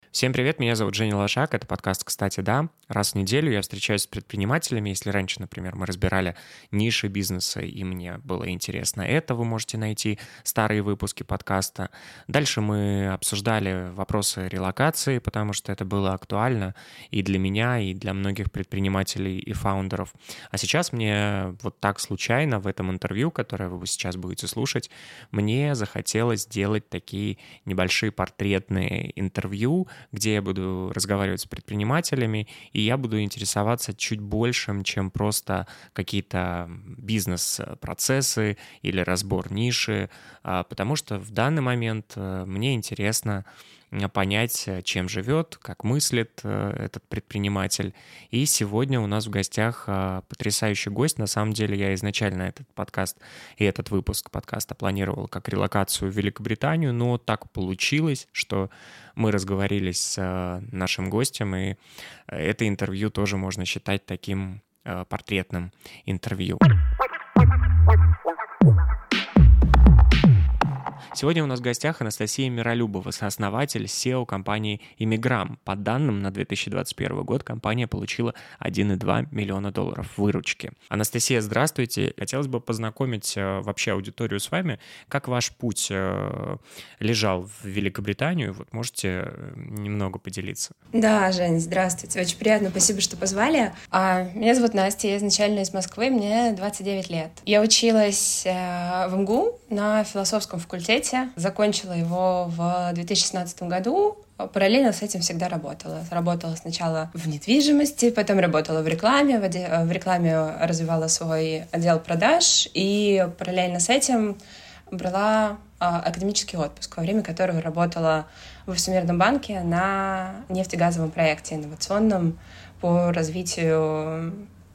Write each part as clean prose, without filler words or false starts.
Всем привет, меня зовут Женя Лошак, это подкаст «Кстати, да». Раз в неделю я встречаюсь с предпринимателями. Если раньше, например, мы разбирали ниши бизнеса, и мне было интересно это, вы можете найти старые выпуски подкаста. Дальше мы обсуждали вопросы релокации, потому что это было актуально и для меня, и для многих предпринимателей и фаундеров. А сейчас мне вот так случайно в этом интервью, которое вы сейчас будете слушать, мне захотелось сделать такие небольшие портретные интервью, где я буду разговаривать с предпринимателями, и я буду интересоваться чуть большим, чем просто какие-то бизнес-процессы или разбор ниши, потому что в данный момент мне интересно понять, чем живет, как мыслит этот предприниматель. И сегодня у нас в гостях потрясающий гость. На самом деле я изначально этот подкаст и этот выпуск подкаста планировал как релокацию в Великобританию, но так получилось, что мы разговорились с нашим гостем, и это интервью тоже можно считать таким портретным интервью. Сегодня у нас в гостях Анастасия Миролюбова, сооснователь SEO компании Immigram. По данным на 2021 год компания получила $1,2 миллиона выручки. Анастасия, здравствуйте. Хотелось бы познакомить вообще аудиторию с вами. Как ваш путь лежал в Великобританию? Вот можете немного поделиться? Да, Жень, здравствуйте. Очень приятно, спасибо, что позвали. Меня зовут Настя, я изначально из Москвы, мне 29 лет. Я училась в МГУ на философском факультете, закончила его в 2016 году. Параллельно с этим всегда работала. Работала сначала в недвижимости, потом работала в рекламе. В рекламе развивала свой отдел продаж, и параллельно с этим брала академический отпуск, во время которого работала во Всемирном банке на нефтегазовом проекте инновационном по развитию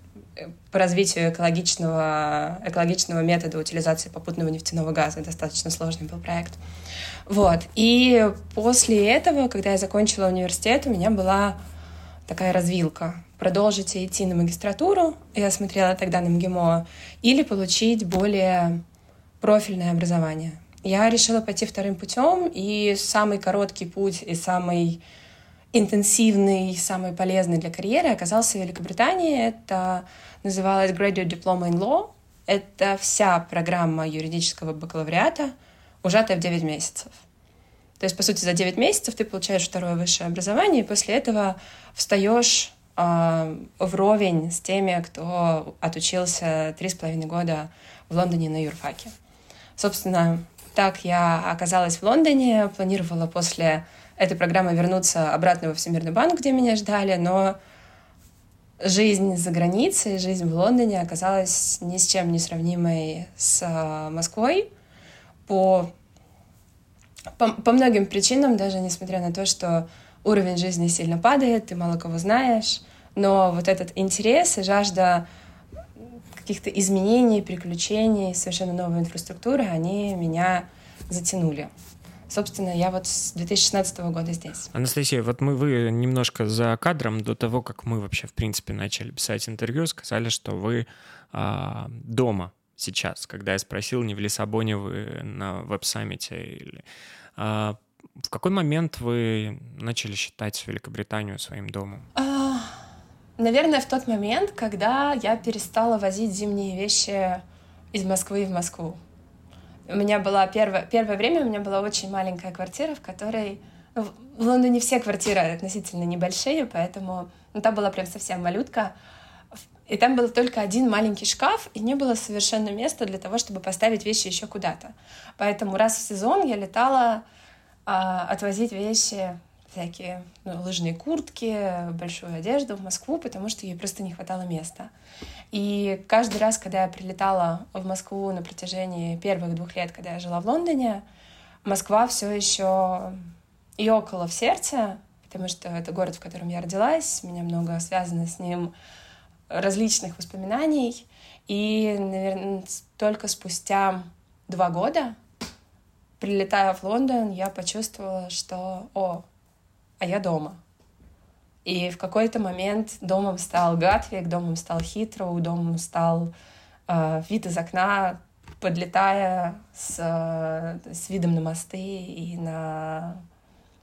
экологичного метода утилизации попутного нефтяного газа. Достаточно сложный был проект. Вот. И после этого, когда я закончила университет, у меня была такая развилка. Продолжить идти на магистратуру, я смотрела тогда на МГИМО, или получить более профильное образование. Я решила пойти вторым путем, и самый короткий путь и самый интенсивный, самый полезный для карьеры оказался в Великобритании. Это называлось Graduate Diploma in Law. Это вся программа юридического бакалавриата, ужатая в 9 месяцев. То есть, по сути, за 9 месяцев ты получаешь второе высшее образование, и после этого встаешь вровень с теми, кто отучился 3,5 года в Лондоне на юрфаке. Собственно, так я оказалась в Лондоне, планировала после этой программы вернуться обратно во Всемирный банк, где меня ждали, но жизнь за границей, жизнь в Лондоне оказалась ни с чем не сравнимой с Москвой по многим причинам, даже несмотря на то, что уровень жизни сильно падает, ты мало кого знаешь, но вот этот интерес и жажда каких-то изменений, приключений, совершенно новой инфраструктуры, они меня затянули. Собственно, я вот с 2016 года здесь. Анастасия, вот вы немножко за кадром, до того, как мы вообще, в принципе, начали писать интервью, сказали, что вы дома сейчас. Когда я спросил, не в Лиссабоне вы на веб-саммите или... в какой момент вы начали считать Великобританию своим домом? Наверное, в тот момент, когда я перестала возить зимние вещи из Москвы в Москву. У меня была первое время у меня была очень маленькая квартира, в которой... в Лондоне все квартиры относительно небольшие, поэтому там была прям совсем малютка. И там был только один маленький шкаф, и не было совершенно места для того, чтобы поставить вещи еще куда-то. Поэтому раз в сезон я летала отвозить вещи, всякие лыжные куртки, большую одежду в Москву, потому что ей просто не хватало места. И каждый раз, когда я прилетала в Москву на протяжении первых 2 лет, когда я жила в Лондоне, Москва все еще ёкала в сердце, потому что это город, в котором я родилась, у меня много связано с ним различных воспоминаний. И, наверное, только спустя 2 года, прилетая в Лондон, я почувствовала, что а я дома. И в какой-то момент домом стал Гатвик, домом стал Хитроу, домом стал вид из окна, подлетая с видом на мосты и на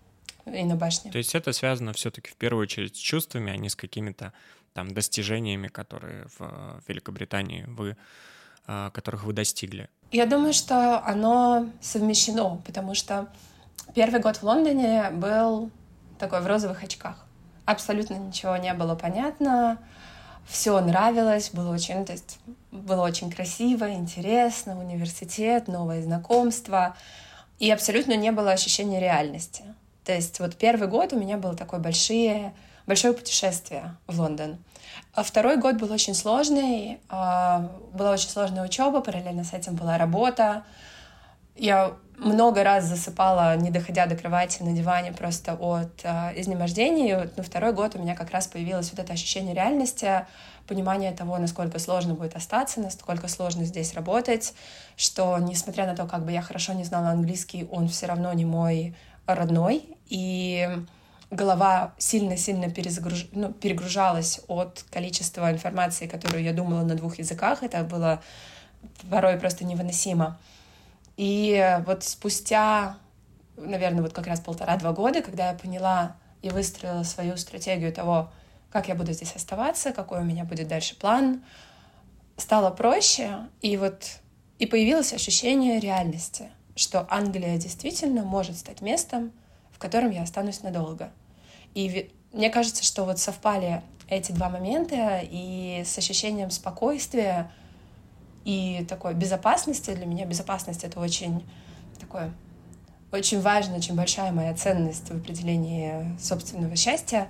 и на башне. То есть это связано все-таки в первую очередь с чувствами, а не с какими-то там достижениями, которые в Великобритании которых вы достигли? Я думаю, что оно совмещено, потому что первый год в Лондоне был такой в розовых очках. Абсолютно ничего не было понятно, все нравилось, было очень красиво, интересно, университет, новые знакомства, и абсолютно не было ощущения реальности. То есть вот первый год у меня было такое большое путешествие в Лондон. А второй год был очень сложный, была очень сложная учеба, параллельно с этим была работа. Я много раз засыпала, не доходя до кровати, на диване просто от изнемождения. И вот на второй год у меня как раз появилось вот это ощущение реальности, понимание того, насколько сложно будет остаться, насколько сложно здесь работать, что, несмотря на то, как бы я хорошо не знала английский, он все равно не мой родной, и голова сильно-сильно перегружалась от количества информации, которую я думала на 2 языках. Это было порой просто невыносимо. И вот спустя, наверное, вот как раз 1,5-2 года, когда я поняла и выстроила свою стратегию того, как я буду здесь оставаться, какой у меня будет дальше план, стало проще, и появилось ощущение реальности, что Англия действительно может стать местом, в котором я останусь надолго. И мне кажется, что вот совпали эти 2 момента, и с ощущением спокойствия и такой безопасности. Для меня безопасность — это очень важная, очень большая моя ценность в определении собственного счастья.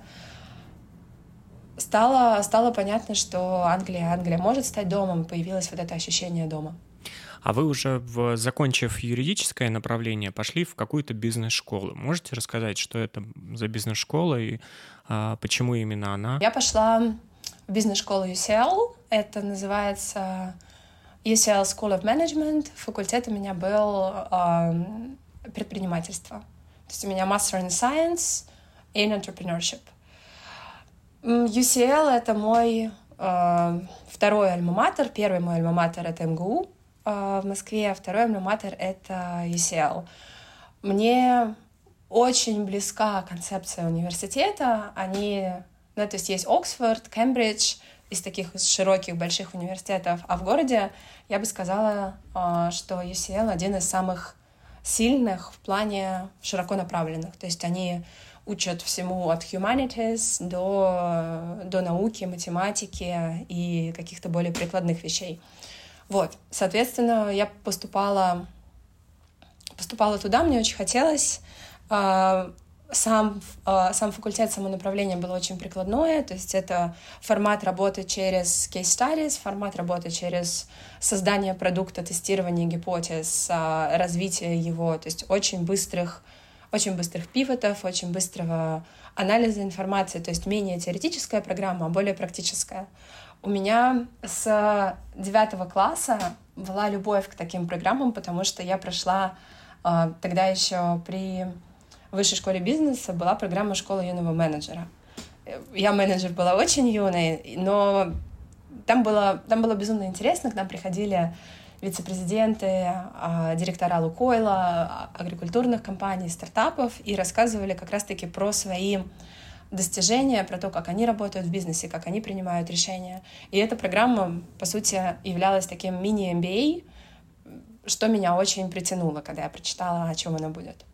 Стало понятно, что Англия может стать домом, появилось вот это ощущение дома. А вы уже, закончив юридическое направление, пошли в какую-то бизнес-школу. Можете рассказать, что это за бизнес-школа и почему именно она? Я пошла в бизнес-школу UCL. Это называется UCL School of Management. Факультет у меня был предпринимательство. То есть у меня Master in Science in Entrepreneurship. UCL — это мой второй альма-матер. Первый мой альма-матер — это МГУ в Москве, а второй альма-матер — это UCL. Мне очень близка концепция университета. То есть есть Оксфорд, Кембридж, из таких широких, больших университетов, а в городе я бы сказала, что UCL один из самых сильных в плане широко направленных. То есть они учат всему от humanities до науки, математики и каких-то более прикладных вещей. Вот, соответственно, я поступала туда, мне очень хотелось. Сам факультет, само направление было очень прикладное, то есть это формат работы через case studies, формат работы через создание продукта, тестирование гипотез, развитие его, то есть очень быстрых пивотов, очень быстрого анализа информации, то есть менее теоретическая программа, а более практическая. У меня с 9 класса была любовь к таким программам, потому что я прошла тогда еще при высшей школе бизнеса была программа «Школа юного менеджера». Я менеджер была очень юной, но там было безумно интересно. К нам приходили вице-президенты, директора Лукойла, агрикультурных компаний, стартапов и рассказывали как раз-таки про свои достижения, про то, как они работают в бизнесе, как они принимают решения. И эта программа, по сути, являлась таким мини-MBA, что меня очень притянуло, когда я прочитала, о чем она будет.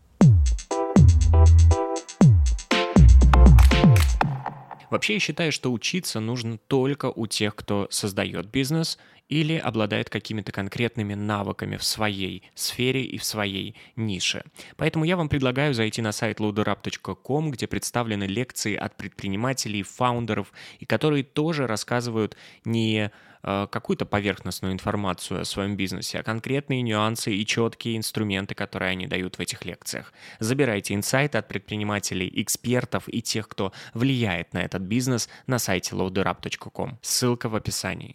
Вообще, я считаю, что учиться нужно только у тех, кто создает бизнес или обладает какими-то конкретными навыками в своей сфере и в своей нише. Поэтому я вам предлагаю зайти на сайт loaderup.com, где представлены лекции от предпринимателей, фаундеров, и которые тоже рассказывают не какую-то поверхностную информацию о своем бизнесе, а конкретные нюансы и четкие инструменты, которые они дают в этих лекциях. Забирайте инсайты от предпринимателей, экспертов и тех, кто влияет на этот бизнес на сайте loaderup.com. Ссылка в описании.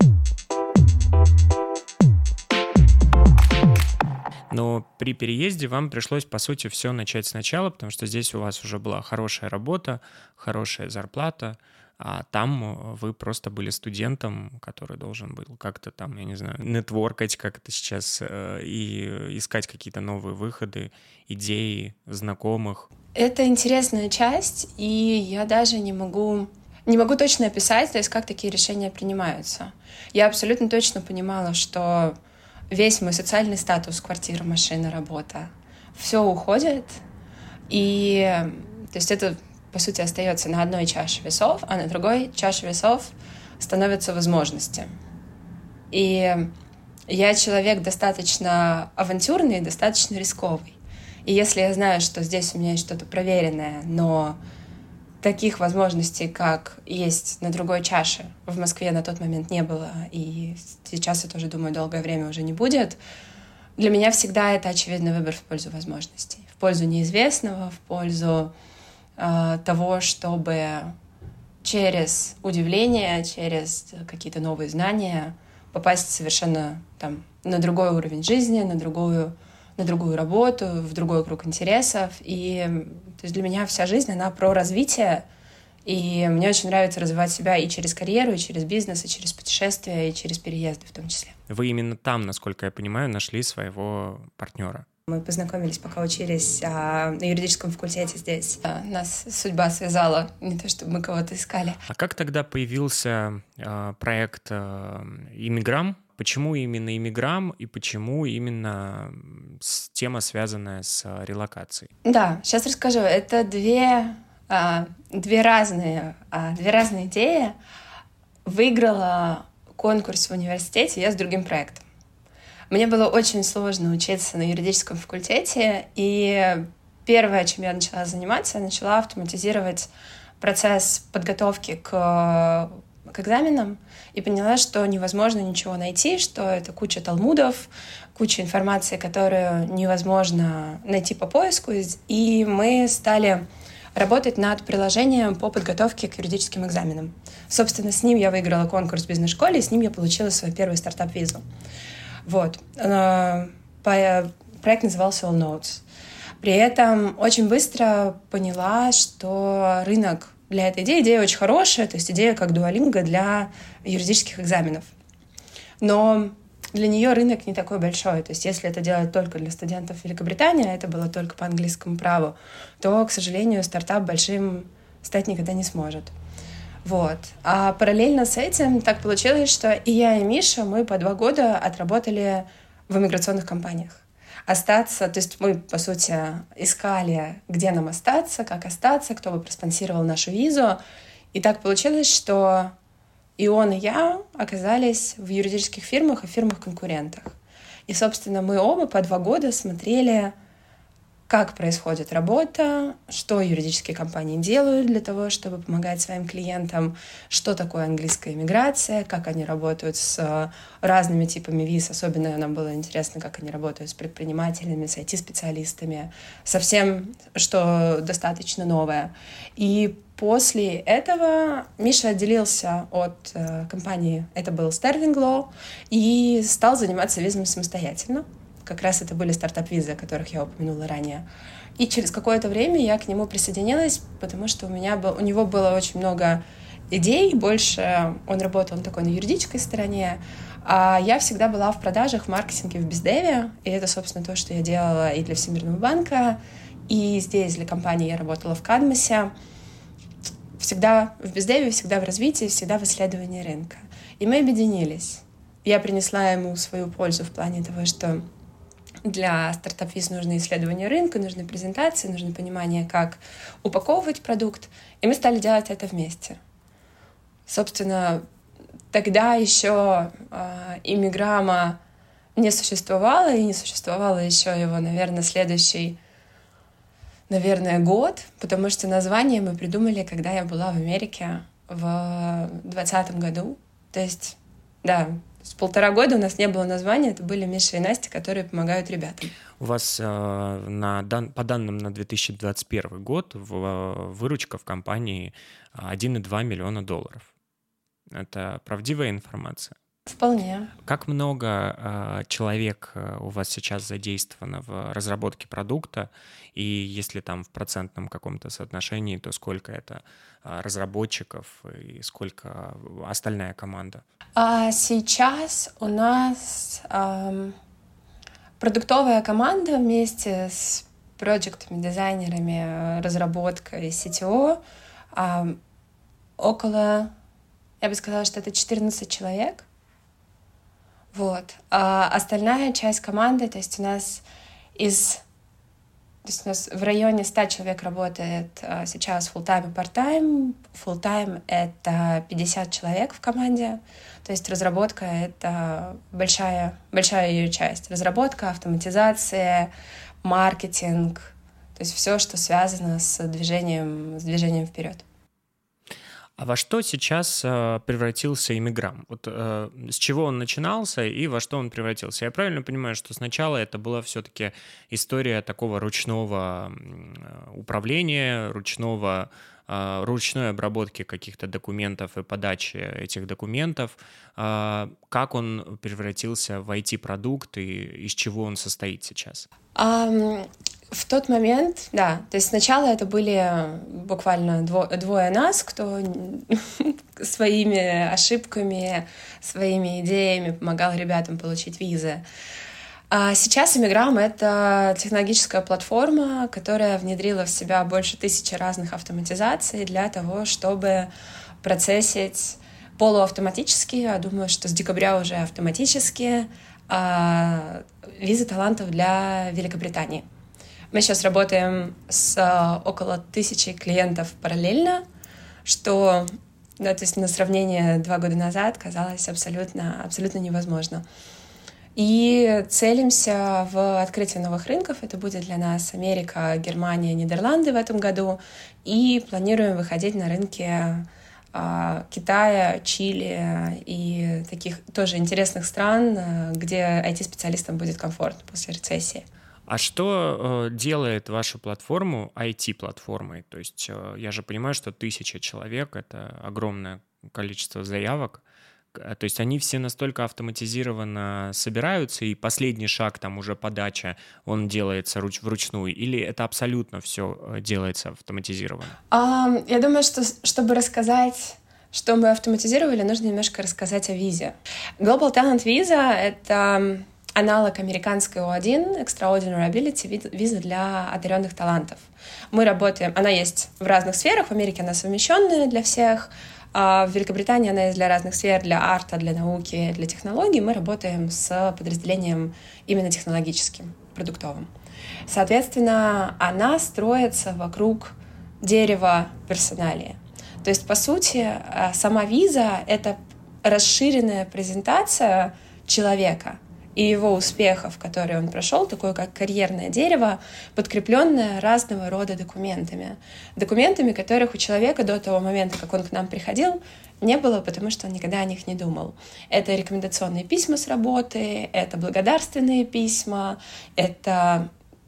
Но при переезде вам пришлось, по сути, все начать сначала, потому что здесь у вас уже была хорошая работа, хорошая зарплата, а там вы просто были студентом, который должен был как-то там, я не знаю, нетворкать, как это сейчас, и искать какие-то новые выходы, идеи, знакомых. Это интересная часть, и я даже не могу точно описать, то есть как такие решения принимаются. Я абсолютно точно понимала, что весь мой социальный статус, квартира, машина, работа, все уходит, и то есть это, по сути, остается на одной чаше весов, а на другой чаше весов становятся возможности. И я человек достаточно авантюрный, достаточно рисковый. И если я знаю, что здесь у меня есть что-то проверенное, но таких возможностей, как есть на другой чаше, в Москве на тот момент не было, и сейчас, я тоже думаю, долгое время уже не будет, для меня всегда это очевидный выбор в пользу возможностей, в пользу неизвестного, в пользу того, чтобы через удивление, через какие-то новые знания попасть совершенно там на другой уровень жизни, на другую работу, в другой круг интересов. И то есть для меня вся жизнь, она про развитие. И мне очень нравится развивать себя и через карьеру, и через бизнес, и через путешествия, и через переезды в том числе. Вы именно там, насколько я понимаю, нашли своего партнера. Мы познакомились, пока учились на юридическом факультете здесь. Нас судьба связала, не то чтобы мы кого-то искали. А как тогда появился проект «Иммиграм»? Почему именно «Иммиграм» и почему именно тема, связанная с релокацией? Да, сейчас расскажу. Это две разные идеи. Выиграла конкурс в университете я с другим проектом. Мне было очень сложно учиться на юридическом факультете, и первое, чем я начала заниматься, я начала автоматизировать процесс подготовки к экзаменам и поняла, что невозможно ничего найти, что это куча талмудов, куча информации, которую невозможно найти по поиску, и мы стали работать над приложением по подготовке к юридическим экзаменам. Собственно, с ним я выиграла конкурс в бизнес-школе, и с ним я получила свою первую стартап-визу. Вот. Проект назывался All Notes. При этом очень быстро поняла, что рынок для этой идея очень хорошая, то есть идея как Duolingo для юридических экзаменов. Но для нее рынок не такой большой. То есть если это делать только для студентов Великобритании, а это было только по английскому праву, то, к сожалению, стартап большим стать никогда не сможет. Вот. А параллельно с этим так получилось, что и я, и Миша, мы по 2 года отработали в иммиграционных компаниях. Остаться, то есть мы, по сути, искали, где нам остаться, как остаться, кто бы проспонсировал нашу визу. И так получилось, что и он, и я оказались в юридических фирмах и фирмах-конкурентах. И, собственно, мы оба по 2 года смотрели, как происходит работа, что юридические компании делают для того, чтобы помогать своим клиентам, что такое английская иммиграция, как они работают с разными типами виз. Особенно нам было интересно, как они работают с предпринимателями, с IT-специалистами, со всем, что достаточно новое. И после этого Миша отделился от компании, это был Sterling Law, и стал заниматься визами самостоятельно. Как раз это были стартап-визы, о которых я упомянула ранее. И через какое-то время я к нему присоединилась, потому что у него было очень много идей, больше он работал такой на юридической стороне, а я всегда была в продажах, в маркетинге, в бездеве, и это, собственно, то, что я делала и для Всемирного банка, и здесь для компании я работала в Кадмосе. Всегда в бездеве, всегда в развитии, всегда в исследовании рынка. И мы объединились. Я принесла ему свою пользу в плане того, что для стартап-виз нужно исследование рынка, нужны презентации, нужно понимание, как упаковывать продукт. И мы стали делать это вместе. Собственно, тогда еще Иммиграма не существовало, и не существовало еще его, наверное, следующий, год, потому что название мы придумали, когда я была в Америке в 2020 году. То есть, да, с 1,5 года у нас не было названия, это были Миша и Настя, которые помогают ребятам. У вас по данным на 2021 год выручка в компании $1,2 миллиона. Это правдивая информация? Вполне. Как много человек у вас сейчас задействовано в разработке продукта, и если там в процентном каком-то соотношении, то сколько это разработчиков и сколько остальная команда? Сейчас у нас продуктовая команда вместе с проектами, дизайнерами, разработкой, CTO около, я бы сказала, что это 14 человек. Вот. А остальная часть команды, то есть у нас в районе 100 человек работает сейчас full-time и part-time. Full-time — это 50 человек в команде. То есть разработка — это большая ее часть. Разработка, автоматизация, маркетинг. То есть все, что связано с движением вперед. А во что сейчас превратился Иммиграм? Вот с чего он начинался и во что он превратился? Я правильно понимаю, что сначала это была все-таки история такого ручного управления, ручной обработки каких-то документов и подачи этих документов. Как он превратился в IT-продукт и из чего он состоит сейчас? В тот момент, да, то есть сначала это были буквально двое нас, кто своими ошибками, своими идеями помогал ребятам получить визы. А сейчас Иммиграм — это технологическая платформа, которая внедрила в себя больше 1000 разных автоматизаций для того, чтобы процессить полуавтоматически, я думаю, что с декабря уже автоматически, визы талантов для Великобритании. Мы сейчас работаем с около 1000 клиентов параллельно, что, да, то есть на сравнение 2 года назад казалось абсолютно невозможно. И целимся в открытие новых рынков. Это будет для нас Америка, Германия, Нидерланды в этом году. И планируем выходить на рынки Китая, Чили и таких тоже интересных стран, где IT-специалистам будет комфортно после рецессии. А что делает вашу платформу IT-платформой? То есть я же понимаю, что 1000 человек — это огромное количество заявок. То есть они все настолько автоматизированно собираются, и последний шаг, там уже подача, он делается вручную, или это абсолютно все делается автоматизированно? Я думаю, что чтобы рассказать, что мы автоматизировали, нужно немножко рассказать о визе. Global Talent Visa — это аналог американской O1, Extraordinary Ability, виза для одаренных талантов. Мы работаем, она есть в разных сферах, в Америке она совмещенная для всех, а в Великобритании она есть для разных сфер, для арта, для науки, для технологий. Мы работаем с подразделением именно технологическим, продуктовым. Соответственно, она строится вокруг дерева персоналии. То есть, по сути, сама виза — это расширенная презентация человека и его успехов, которые он прошел, такое как карьерное дерево, подкрепленное разного рода документами. Документами, которых у человека до того момента, как он к нам приходил, не было, потому что он никогда о них не думал. Это рекомендационные письма с работы, это благодарственные письма, это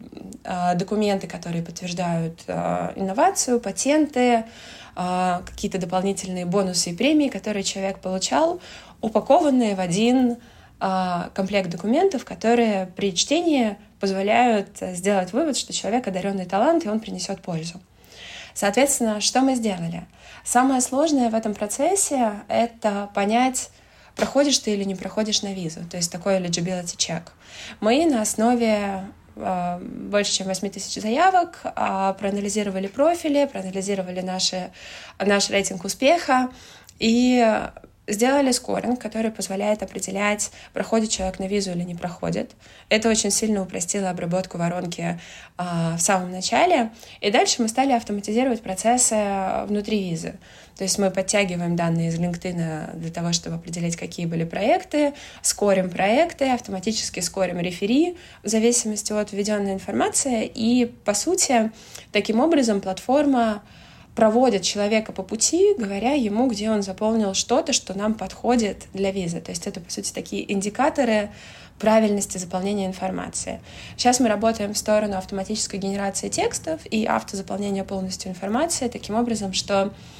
документы, которые подтверждают инновацию, патенты, какие-то дополнительные бонусы и премии, которые человек получал, упакованные в один комплект документов, которые при чтении позволяют сделать вывод, что человек одаренный талант, и он принесет пользу. Соответственно, что мы сделали? Самое сложное в этом процессе — это понять, проходишь ты или не проходишь на визу, то есть такой eligibility check. Мы на основе больше чем 8000 заявок проанализировали профили, проанализировали наш рейтинг успеха и сделали скоринг, который позволяет определять, проходит человек на визу или не проходит. Это очень сильно упростило обработку воронки в самом начале. И дальше мы стали автоматизировать процессы внутри визы. То есть мы подтягиваем данные из LinkedIn для того, чтобы определить, какие были проекты, скорим проекты, автоматически скорим рефери в зависимости от введенной информации. И, по сути, таким образом платформа проводит человека по пути, говоря ему, где он заполнил что-то, что нам подходит для визы. То есть это, по сути, такие индикаторы правильности заполнения информации. Сейчас мы работаем в сторону автоматической генерации текстов и автозаполнения полностью информации таким образом, что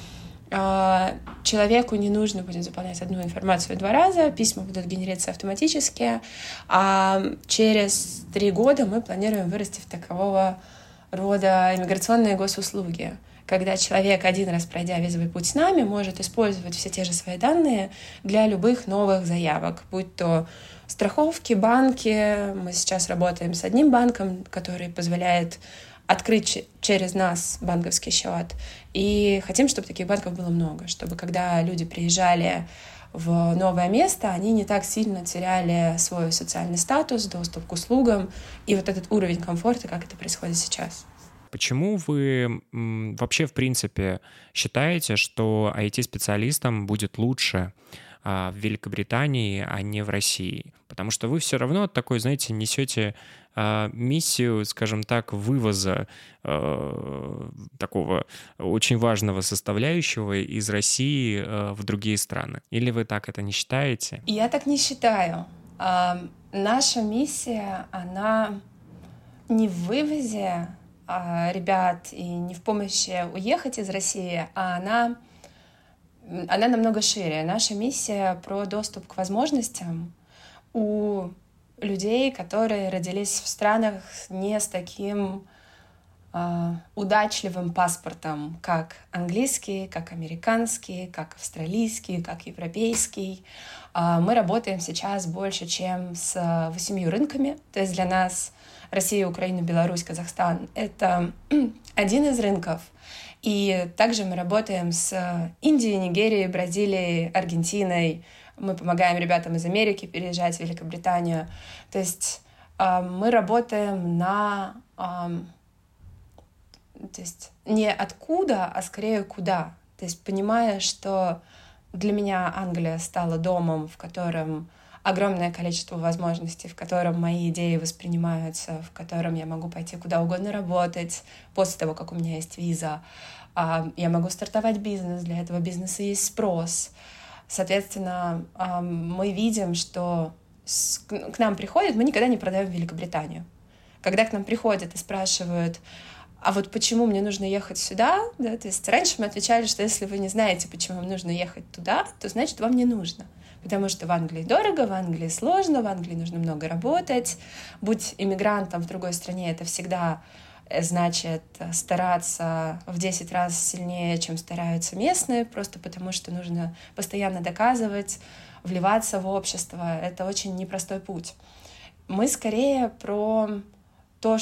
Человеку не нужно будет заполнять одну информацию 2 раза, письма будут генерироваться автоматически, а через 3 года мы планируем вырасти в такового рода иммиграционные госуслуги, когда человек, один раз пройдя визовый путь с нами, может использовать все те же свои данные для любых новых заявок, будь то страховки, банки. Мы сейчас работаем с одним банком, который позволяет открыть через нас банковский счет. И хотим, чтобы таких банков было много, чтобы когда люди приезжали в новое место, они не так сильно теряли свой социальный статус, доступ к услугам и вот этот уровень комфорта, как это происходит сейчас. Почему вы вообще, в принципе, считаете, что IT-специалистам будет лучше в Великобритании, а не в России? Потому что вы все равно такой, знаете, несете миссию, скажем так, вывоза такого очень важного составляющего из России в другие страны. Или вы так это не считаете? Я так не считаю. Наша миссия, она не в вывозе ребят и не в помощи уехать из России, а она намного шире. Наша миссия про доступ к возможностям у людей, которые родились в странах не с таким удачливым паспортом, как английский, как американский, как австралийский, как европейский. Мы работаем сейчас больше, чем с 8 рынками. То есть для нас Россия, Украина, Беларусь, Казахстан — это один из рынков. И также мы работаем с Индией, Нигерией, Бразилией, Аргентиной. Мы помогаем ребятам из Америки переезжать в Великобританию. То есть мы работаем то есть не откуда, а скорее куда. То есть понимая, что для меня Англия стала домом, в котором огромное количество возможностей, в котором мои идеи воспринимаются, в котором я могу пойти куда угодно работать после того, как у меня есть виза. Я могу стартовать бизнес, для этого бизнеса есть спрос. Соответственно, мы видим, что к нам приходят, мы никогда не продаем в Великобританию. Когда к нам приходят и спрашивают, а вот почему мне нужно ехать сюда, да, то есть раньше мы отвечали, что если вы не знаете, почему вам нужно ехать туда, то значит вам не нужно. Потому что в Англии дорого, в Англии сложно, в Англии нужно много работать. Будь иммигрантом в другой стране, это всегда значит стараться в 10 раз сильнее, чем стараются местные, просто потому что нужно постоянно доказывать, вливаться в общество. Это очень непростой путь. Мы скорее про то,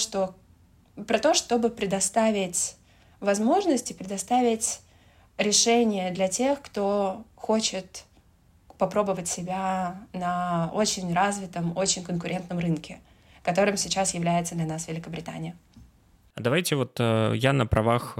чтобы предоставить возможности, предоставить решения для тех, кто хочет попробовать себя на очень развитом, очень конкурентном рынке, которым сейчас является для нас Великобритания. Давайте вот я на правах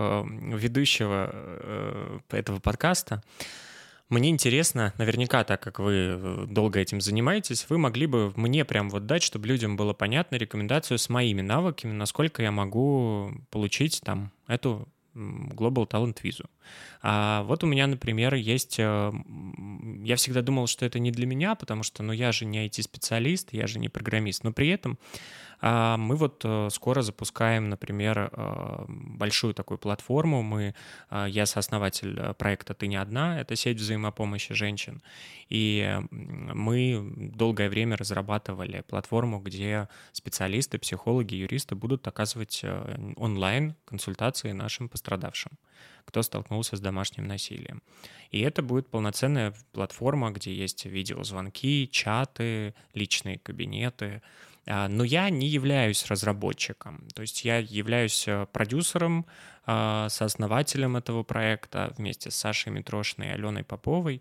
ведущего этого подкаста. Мне интересно, наверняка, так как вы долго этим занимаетесь, вы могли бы мне прям вот дать, чтобы людям было понятно, рекомендацию с моими навыками, насколько я могу получить там эту Global Talent визу. А вот у меня, например, есть... Я всегда думал, что это не для меня, потому что, я же не IT-специалист, я же не программист, но при этом мы вот скоро запускаем, например, большую такую платформу. Я сооснователь проекта «Ты не одна», это сеть взаимопомощи женщин. И мы долгое время разрабатывали платформу, где специалисты, психологи, юристы будут оказывать онлайн консультации нашим пострадавшим, кто столкнулся с домашним насилием. И это будет полноценная платформа, где есть видеозвонки, чаты, личные кабинеты. Но я не являюсь разработчиком, то есть я являюсь продюсером, сооснователем этого проекта вместе с Сашей Митрошиной и Аленой Поповой,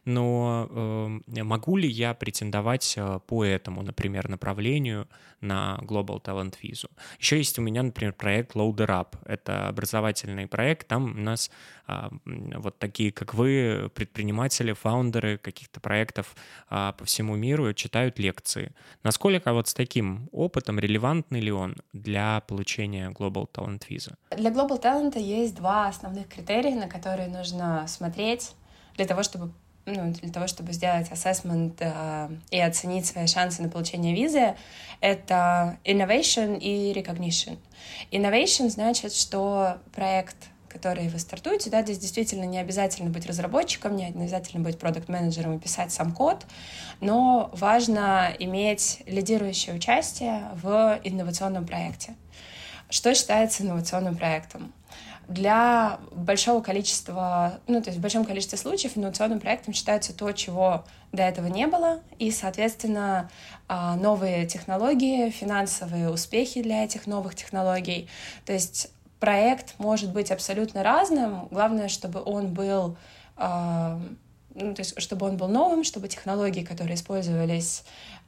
но могу ли я претендовать по этому, например, направлению на Global Talent визу? Еще есть у меня, например, проект Loader Up, это образовательный проект, там у нас вот такие, как вы, предприниматели, фаундеры каких-то проектов по всему миру читают лекции. Насколько вот с таким опытом релевантный ли он для получения Global Talent визы? Для Global Talent есть 2 основных критерия, на которые нужно смотреть для того, чтобы сделать ассессмент и оценить свои шансы на получение визы. Это innovation и recognition. Innovation значит, что проект, который вы стартуете, да, здесь действительно не обязательно быть разработчиком, не обязательно быть продакт-менеджером и писать сам код, но важно иметь лидирующее участие в инновационном проекте. Что считается инновационным проектом? Для большого количества, то есть в большом количестве случаев инновационным проектом считается то, чего до этого не было, и, соответственно, новые технологии, финансовые успехи для этих новых технологий. То есть проект может быть абсолютно разным, главное, чтобы он был, то есть чтобы он был новым, чтобы технологии, которые использовались,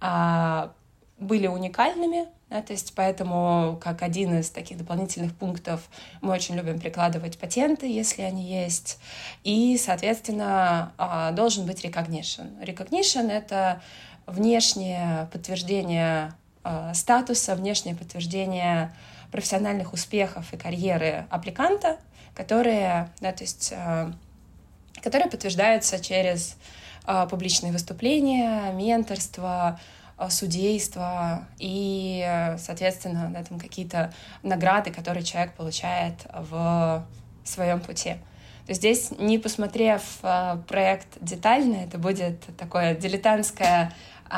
были уникальными, да, то есть поэтому как один из таких дополнительных пунктов мы очень любим прикладывать патенты, если они есть, и, соответственно, должен быть recognition. Recognition — это внешнее подтверждение статуса, внешнее подтверждение профессиональных успехов и карьеры аппликанта, которые, да, то есть, которые подтверждаются через публичные выступления, менторство, судейство и, соответственно, да, там какие-то награды, которые человек получает в своем пути. То есть здесь, не посмотрев проект детально, это будет такое дилетантское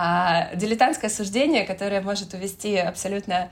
суждение, которое может увести абсолютно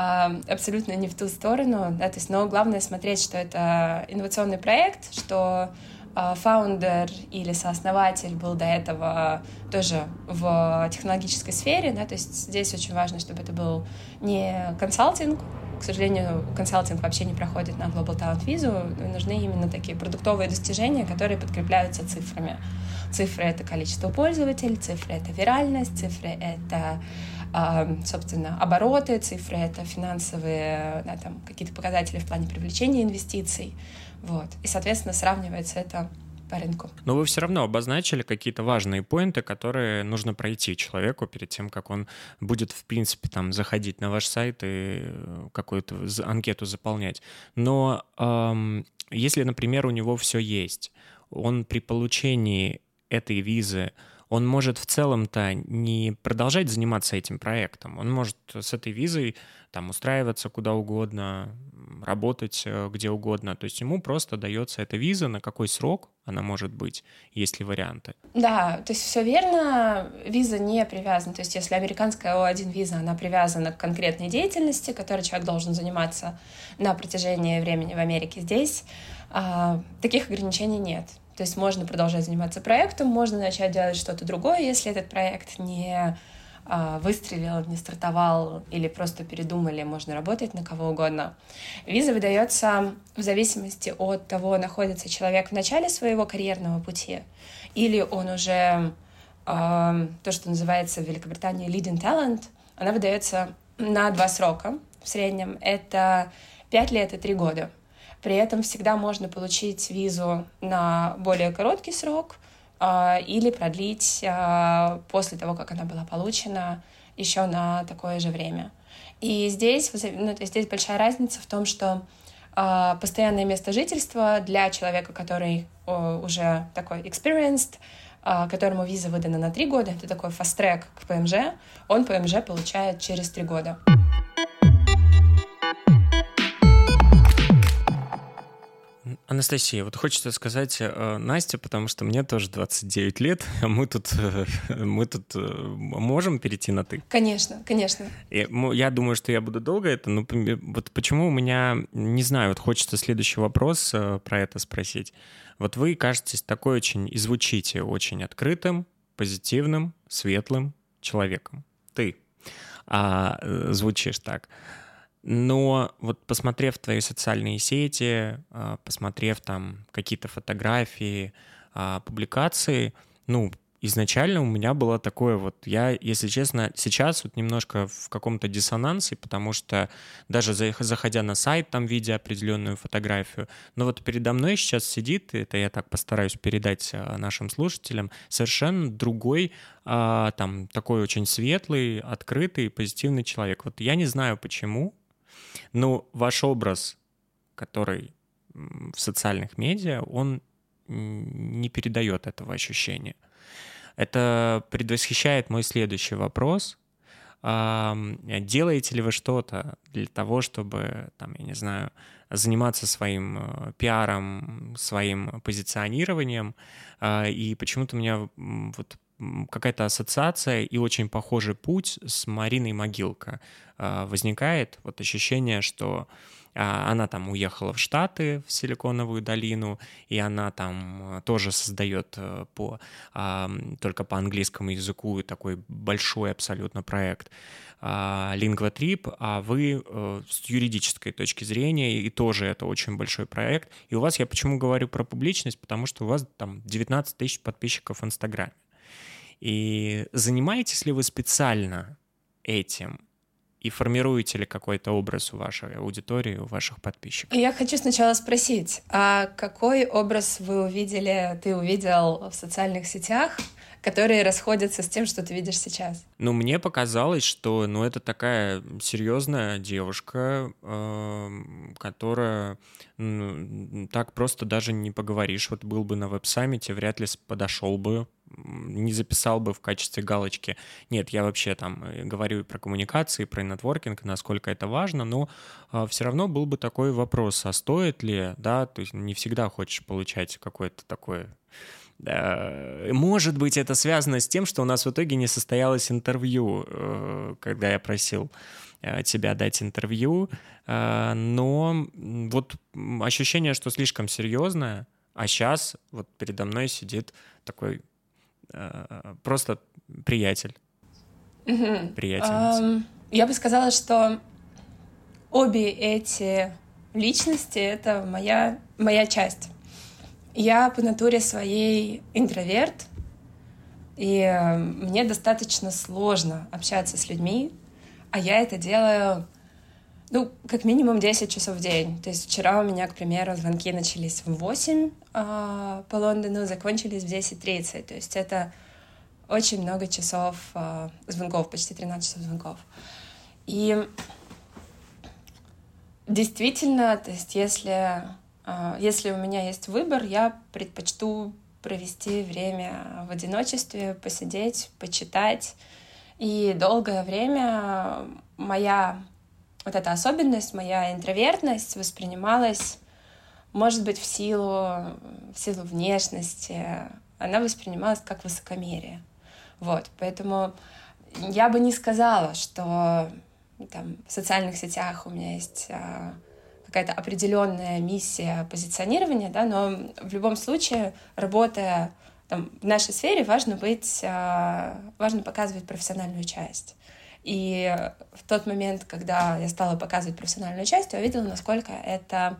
не в ту сторону. Да, то есть, но главное смотреть, что это инновационный проект, что фаундер или сооснователь был до этого тоже в технологической сфере, да, то есть здесь очень важно, чтобы это был не консалтинг. К сожалению, консалтинг вообще не проходит на Global Talent визу. Нужны именно такие продуктовые достижения, которые подкрепляются цифрами. Цифры — это количество пользователей, цифры — это виральность, цифры — это, собственно, обороты, цифры — это финансовые, да, там, какие-то показатели в плане привлечения инвестиций. Вот. И, соответственно, сравнивается это по рынку. Но вы все равно обозначили какие-то важные поинты, которые нужно пройти человеку перед тем, как он будет, в принципе, там, заходить на ваш сайт и какую-то анкету заполнять. Но если, например, у него все есть, он при получении этой визы, он может в целом-то не продолжать заниматься этим проектом. Он может с этой визой там устраиваться куда угодно, работать где угодно. То есть ему просто дается эта виза, на какой срок она может быть, есть ли варианты. Да, то есть все верно, виза не привязана. То есть если американская О1 виза, она привязана к конкретной деятельности, которой человек должен заниматься на протяжении времени в Америке. Здесь таких ограничений нет. То есть можно продолжать заниматься проектом, можно начать делать что-то другое, если этот проект не выстрелил, не стартовал или просто передумали, можно работать на кого угодно. Виза выдается в зависимости от того, находится человек в начале своего карьерного пути или он уже, то, что называется в Великобритании leading talent, она выдается на 2 срока в среднем. Это 5 лет и 3 года. При этом всегда можно получить визу на более короткий срок или продлить после того, как она была получена, еще на такое же время. И здесь, здесь большая разница в том, что постоянное место жительства для человека, который уже такой experienced, которому виза выдана на 3 года, это такой fast-track к ПМЖ, он ПМЖ получает через 3 года. Анастасия, вот хочется сказать Насте, потому что мне тоже 29 лет, а мы тут можем перейти на «ты»? Конечно, конечно. Я думаю, что я буду долго это, но вот почему у меня, не знаю, вот хочется следующий вопрос про это спросить. Вот вы кажетесь такой очень, и звучите очень открытым, позитивным, светлым человеком. Ты звучишь так. Но вот посмотрев твои социальные сети, посмотрев там какие-то фотографии, публикации, изначально у меня было такое вот, я, если честно, сейчас вот немножко в каком-то диссонансе, потому что даже заходя на сайт, там видя определенную фотографию, но вот передо мной сейчас сидит, это я так постараюсь передать нашим слушателям, совершенно другой, там такой очень светлый, открытый, позитивный человек. Вот я не знаю почему, но ваш образ, который в социальных медиа, он не передает этого ощущения. Это предвосхищает мой следующий вопрос. Делаете ли вы что-то для того, чтобы, там, я не знаю, заниматься своим пиаром, своим позиционированием? И почему-то у меня вот какая-то ассоциация и очень похожий путь с Мариной Могилко возникает. Вот ощущение, что она там уехала в Штаты, в Силиконовую долину, и она там тоже создает только по английскому языку такой большой абсолютно проект LinguaTrip, а вы с юридической точки зрения, и тоже это очень большой проект. И у вас, я почему говорю про публичность, потому что у вас там 19 тысяч подписчиков в Инстаграме. И занимаетесь ли вы специально этим? И формируете ли какой-то образ у вашей аудитории, у ваших подписчиков? Я хочу сначала спросить, а какой образ ты увидел в социальных сетях, которые расходятся с тем, что ты видишь сейчас? Ну, мне показалось, что это такая серьезная девушка, которая так просто даже не поговоришь. Вот был бы на веб-саммите, вряд ли подошел бы, не записал бы в качестве галочки. Нет, я вообще там говорю про коммуникации, про нетворкинг, насколько это важно, но все равно был бы такой вопрос, а стоит ли, да, то есть не всегда хочешь получать какое-то такое... Может быть, это связано с тем, что у нас в итоге не состоялось интервью, когда я просил тебя дать интервью, но вот ощущение, что слишком серьезное, а сейчас вот передо мной сидит такой просто приятель, приятельница. Я бы сказала, что обе эти личности — это моя часть. Я по натуре своей интроверт, и мне достаточно сложно общаться с людьми, а я это делаю, как минимум 10 часов в день. То есть вчера у меня, к примеру, звонки начались в 8 по Лондону, закончились в 10:30. То есть это очень много часов звонков, почти 13 часов звонков. И действительно, то есть если у меня есть выбор, я предпочту провести время в одиночестве, посидеть, почитать. И долгое время моя вот эта особенность, моя интровертность воспринималась, может быть, в силу внешности, она воспринималась как высокомерие. Вот, поэтому я бы не сказала, что там, в социальных сетях у меня есть какая-то определенная миссия позиционирования, да, но в любом случае, работая там, в нашей сфере, важно показывать профессиональную часть. И в тот момент, когда я стала показывать профессиональную часть, я увидела, насколько это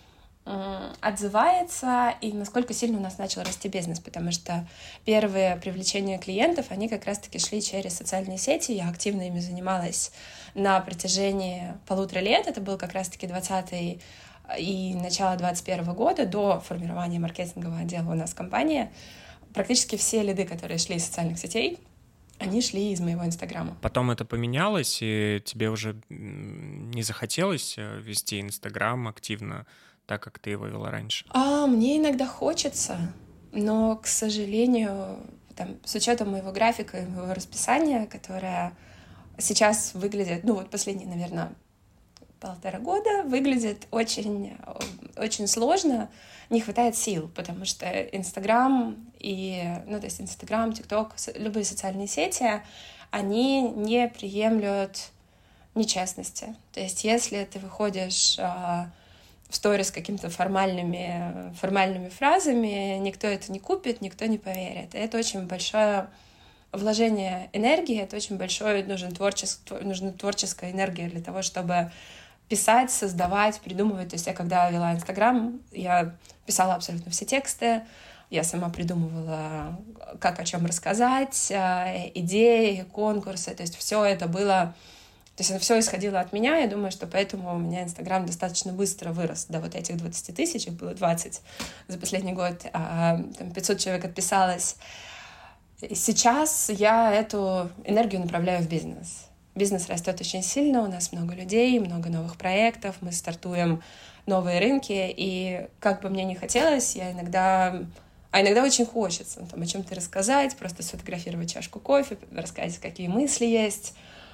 отзывается и насколько сильно у нас начал расти бизнес, потому что первые привлечения клиентов, они как раз-таки шли через социальные сети. Я активно ими занималась на протяжении 1,5 лет. Это был как раз-таки 20-й и начало 21-го года, до формирования маркетингового отдела у нас в компании. Практически все лиды, которые шли из социальных сетей, они шли из моего Инстаграма. Потом это поменялось, и тебе уже не захотелось вести Инстаграм активно, так как ты его вела раньше? Мне иногда хочется, но, к сожалению, там, с учетом моего графика и моего расписания, которое сейчас выглядит, последние, наверное, 1,5 года, выглядит очень, очень сложно, не хватает сил, потому что Инстаграм то есть Инстаграм, ТикТок, любые социальные сети, они не приемлют нечестности. То есть если ты выходишь в сторис с какими-то формальными фразами, никто это не купит, никто не поверит. И это очень большое вложение энергии, это очень большое, нужна творческая энергия для того, чтобы писать, создавать, придумывать. То есть я когда вела Инстаграм, я писала абсолютно все тексты, я сама придумывала, как о чем рассказать, идеи, конкурсы, то есть все это было... То есть все исходило от меня, я думаю, что поэтому у меня Инстаграм достаточно быстро вырос до вот этих 20 тысяч, их было 20 за последний год, там 500 человек отписалось. И сейчас я эту энергию направляю в бизнес. Бизнес растет очень сильно, у нас много людей, много новых проектов, мы стартуем новые рынки, и как бы мне ни хотелось, я иногда очень хочется там, о чем-то рассказать, просто сфотографировать чашку кофе, рассказать, какие мысли есть.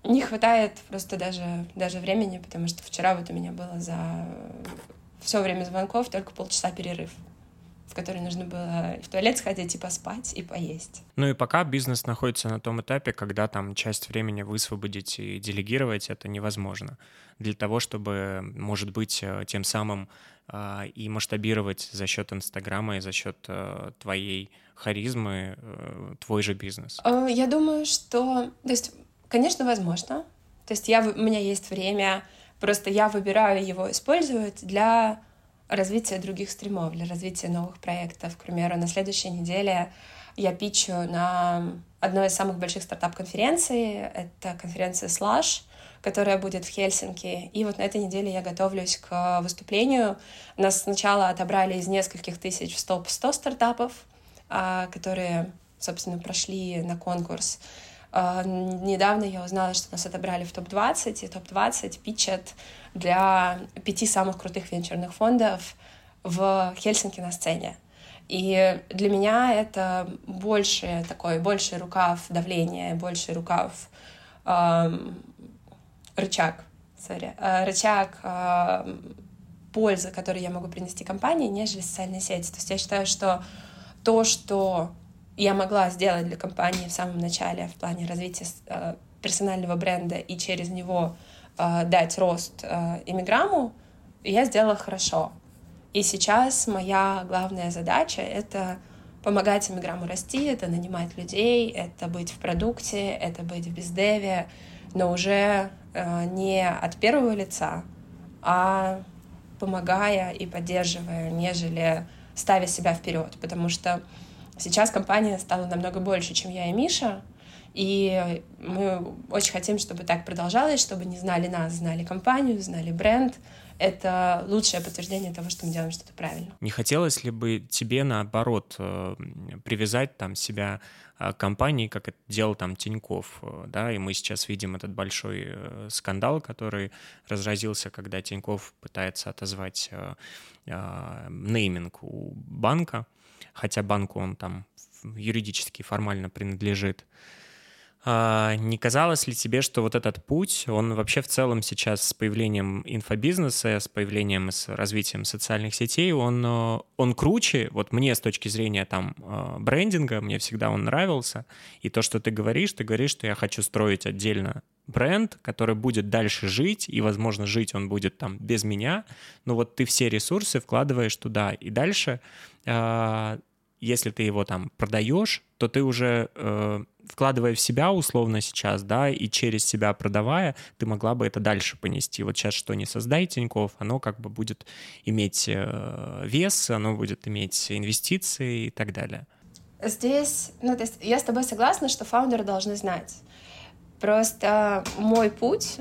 не хватает просто даже времени, потому что вчера вот у меня было за все время звонков только полчаса перерыв, в который нужно было в туалет сходить и поспать, и поесть. Ну и пока бизнес находится на том этапе, когда там часть времени высвободить и делегировать это невозможно. Для того, чтобы, может быть, тем самым и масштабировать за счет Инстаграма и за счет твоей харизмы твой же бизнес. Я думаю, что... То есть, конечно, возможно. То есть у меня есть время, просто я выбираю его использовать для развития других стримов, для развития новых проектов. К примеру, на следующей неделе я питчу на одной из самых больших стартап-конференций. Это конференция Slush, которая будет в Хельсинки. И вот на этой неделе я готовлюсь к выступлению. Нас сначала отобрали из нескольких тысяч в топ 100 стартапов, которые, собственно, прошли на конкурс. Недавно я узнала, что нас отобрали в топ-20, и топ-20 питчат для 5 самых крутых венчурных фондов в Хельсинки на сцене. И для меня это больший рукав давления, больший рукав рычаг пользы, который я могу принести компании, нежели социальные сети. То есть я считаю, что то, что я могла сделать для компании в самом начале в плане развития персонального бренда и через него дать рост Иммиграму, я сделала хорошо. И сейчас моя главная задача — это помогать Иммиграму расти, это нанимать людей, это быть в продукте, это быть в бездеве, но уже не от первого лица, а помогая и поддерживая, нежели ставя себя вперед, потому что сейчас компания стала намного больше, чем я и Миша, и мы очень хотим, чтобы так продолжалось, чтобы не знали нас, знали компанию, знали бренд. Это лучшее подтверждение того, что мы делаем что-то правильно. Не хотелось ли бы тебе, наоборот, привязать там себя к компании, как это делал там Тинькофф, да, и мы сейчас видим этот большой скандал, который разразился, когда Тинькофф пытается отозвать нейминг у банка, хотя банку он там юридически формально принадлежит. Не казалось ли тебе, что вот этот путь, он вообще в целом сейчас с появлением инфобизнеса, с появлением, с развитием социальных сетей, он круче? Вот мне с точки зрения там брендинга, мне всегда он нравился. И то, что ты говоришь, что я хочу строить отдельно бренд, который будет дальше жить, и, возможно, жить он будет там без меня, но вот ты все ресурсы вкладываешь туда, и дальше... Если ты его там продаешь, то ты уже, вкладывая в себя условно сейчас, да, и через себя продавая, ты могла бы это дальше понести. Вот сейчас что не создай Тинькофф, оно как бы будет иметь вес, оно будет иметь инвестиции и так далее. Здесь, то есть я с тобой согласна, что фаундеры должны знать. Просто мой путь,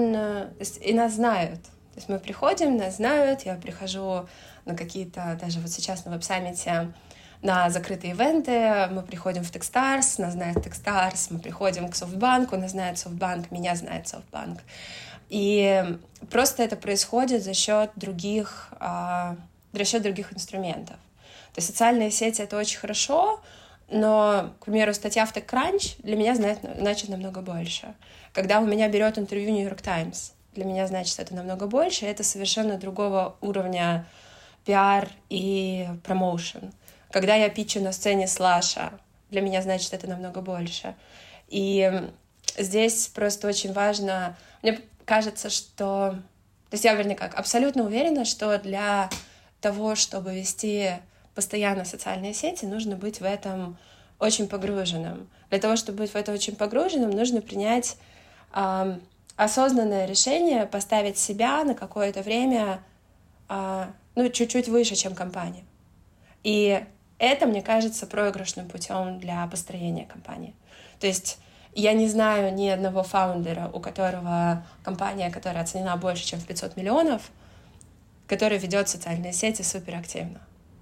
и нас знают. То есть мы приходим, нас знают, я прихожу на какие-то, даже вот сейчас на веб-саммите, на закрытые ивенты, мы приходим в Techstars, нас знает Techstars, мы приходим к Софтбанку, нас знает Софтбанк, меня знает Софтбанк. И просто это происходит за счет других инструментов. То есть социальные сети — это очень хорошо, но, к примеру, статья в TechCrunch для меня значит намного больше. Когда у меня берет интервью New York Times, для меня значит это намного больше, это совершенно другого уровня пиар и промоушен. Когда я питчу на сцене Слаша, для меня, значит, это намного больше. И здесь просто очень важно... Мне кажется, что... То есть я, абсолютно уверена, что для того, чтобы вести постоянно социальные сети, нужно быть в этом очень погруженным. Для того, чтобы быть в это очень погруженным, нужно принять осознанное решение, поставить себя на какое-то время чуть-чуть выше, чем компания. И это, мне кажется, проигрышным путем для построения компании. То есть я не знаю ни одного фаундера, у которого компания, которая оценена больше, чем в 500 миллионов, который ведет социальные сети суперактивно.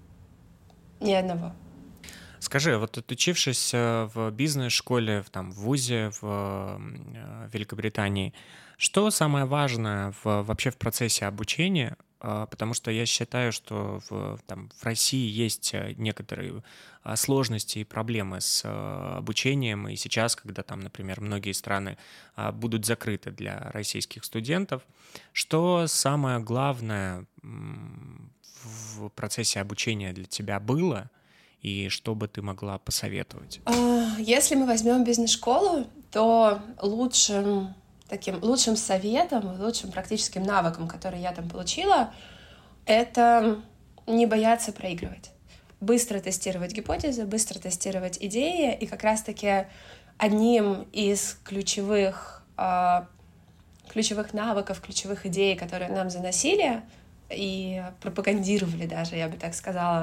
Ни одного. Скажи, вот отучившись в бизнес-школе, в вузе в Великобритании, что самое важное вообще в процессе обучения потому что я считаю, что в России есть некоторые сложности и проблемы с обучением, и сейчас, когда там, например, многие страны будут закрыты для российских студентов, что самое главное в процессе обучения для тебя было, и что бы ты могла посоветовать? Если мы возьмем бизнес-школу, то лучшим советом, лучшим практическим навыком, который я там получила, это не бояться проигрывать. Быстро тестировать гипотезы, быстро тестировать идеи. И как раз-таки одним из ключевых навыков, ключевых идей, которые нам заносили и пропагандировали даже, я бы так сказала,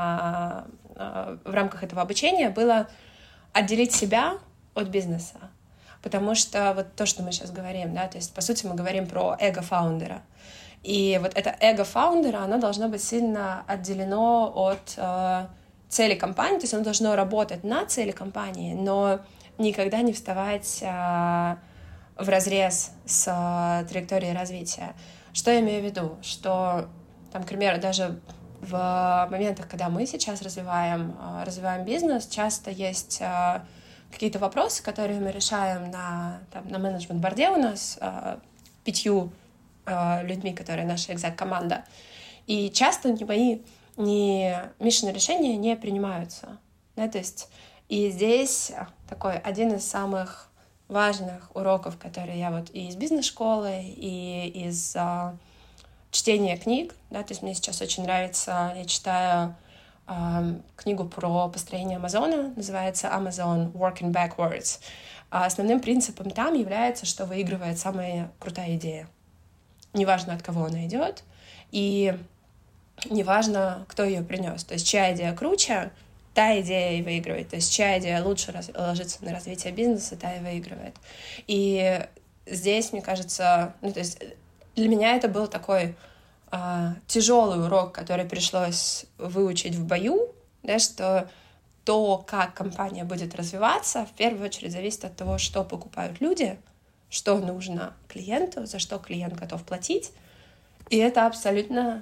в рамках этого обучения, было отделить себя от бизнеса. Потому что вот то, что мы сейчас говорим, да, то есть, по сути, мы говорим про эго фаундера. И вот это эго фаундера, оно должно быть сильно отделено от цели компании, то есть оно должно работать на цели компании, но никогда не вставать вразрез с траекторией развития. Что я имею в виду? Что, там, к примеру, даже в моментах, когда мы сейчас развиваем бизнес, часто есть какие-то вопросы, которые мы решаем на менеджмент-борде у нас 5 людьми, которые наша экзек-команда. И часто ни Мишины решения не принимаются. Да, то есть, и здесь такой один из самых важных уроков, которые я вот и из бизнес-школы, и из чтения книг, да, то есть мне сейчас очень нравится, я читаю книгу про построение Амазона, называется Amazon Working Backwards. Основным принципом там является, что выигрывает самая крутая идея. Неважно, от кого она идет, и неважно, кто ее принес. То есть чья идея круче, та идея и выигрывает. То есть чья идея лучше ложится на развитие бизнеса, та и выигрывает. И здесь, мне кажется, то есть для меня это был такой тяжелый урок, который пришлось выучить в бою, да, что то, как компания будет развиваться, в первую очередь зависит от того, что покупают люди, что нужно клиенту, за что клиент готов платить. И это абсолютно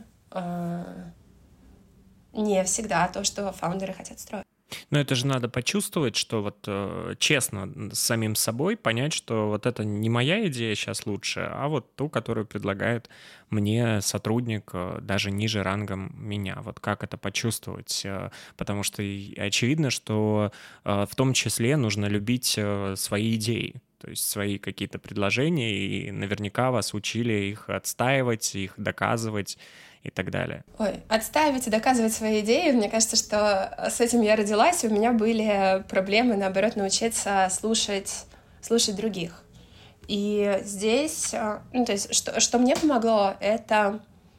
не всегда то, что фаундеры хотят строить. Но это же надо почувствовать, что вот честно с самим собой понять, что вот это не моя идея сейчас лучше, а вот ту, которую предлагает мне сотрудник даже ниже рангом меня. Вот как это почувствовать? Потому что очевидно, что в том числе нужно любить свои идеи. То есть свои какие-то предложения, и наверняка вас учили их отстаивать, их доказывать и так далее. Отстаивать и доказывать свои идеи, мне кажется, что с этим я родилась, и у меня были проблемы, наоборот, научиться слушать других. И здесь, то есть, что мне помогло, это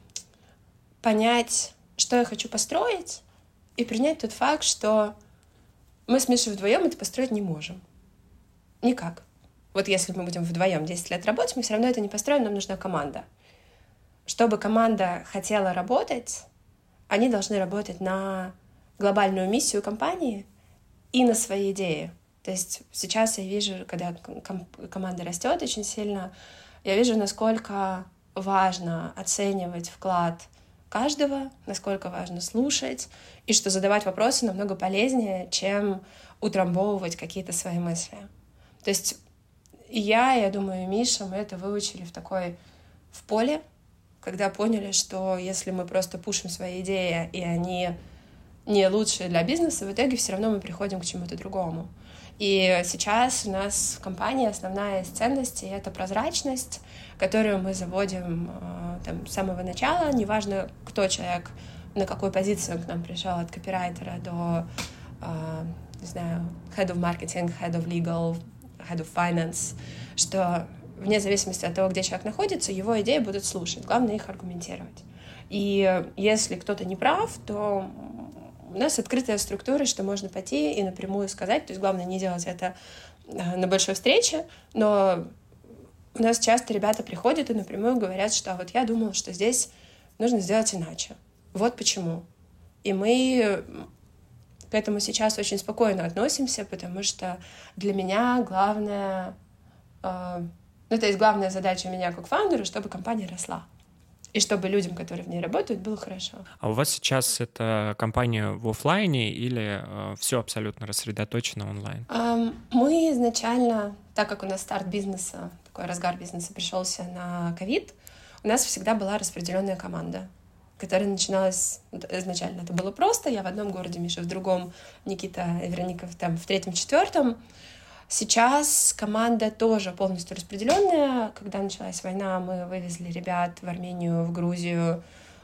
понять, что я хочу построить, и принять тот факт, что мы с Мишей вдвоем это построить не можем. Никак. Вот если мы будем вдвоем 10 лет работать, мы все равно это не построим, нам нужна команда. Чтобы команда хотела работать, они должны работать на глобальную миссию компании и на свои идеи. То есть сейчас я вижу, когда команда растет очень сильно, я вижу, насколько важно оценивать вклад каждого, насколько важно слушать, и что задавать вопросы намного полезнее, чем утрамбовывать какие-то свои мысли. То есть я думаю, и Миша, мы это выучили в поле, когда поняли, что если мы просто пушим свои идеи, и они не лучшие для бизнеса, в итоге все равно мы приходим к чему-то другому. И сейчас у нас в компании основная из ценностей — это прозрачность, которую мы заводим с самого начала. Неважно, кто человек, на какой позиции он к нам пришел, от копирайтера до, не знаю, head of marketing, head of legal, head of finance, что вне зависимости от того, где человек находится, его идеи будут слушать. Главное их аргументировать. И если кто-то не прав, то у нас открытая структура, что можно пойти и напрямую сказать. То есть главное не делать это на большой встрече, но у нас часто ребята приходят и напрямую говорят, что вот я думала, что здесь нужно сделать иначе. Вот почему. И мы к этому сейчас очень спокойно относимся, потому что для меня главное... то есть главная задача меня как фаундера, чтобы компания росла. и чтобы людям, которые в ней работают, было хорошо. А у вас сейчас это компания в офлайне или все абсолютно рассредоточено онлайн? Мы изначально, так как у нас старт бизнеса, такой разгар бизнеса пришелся на ковид, у нас всегда была распределенная команда, которая начиналась изначально. Это было просто, я в одном городе, Миша в другом, Никита и Вероника там в третьем, четвертом. Сейчас команда тоже полностью распределенная. Когда началась война, мы вывезли ребят в Армению, в Грузию,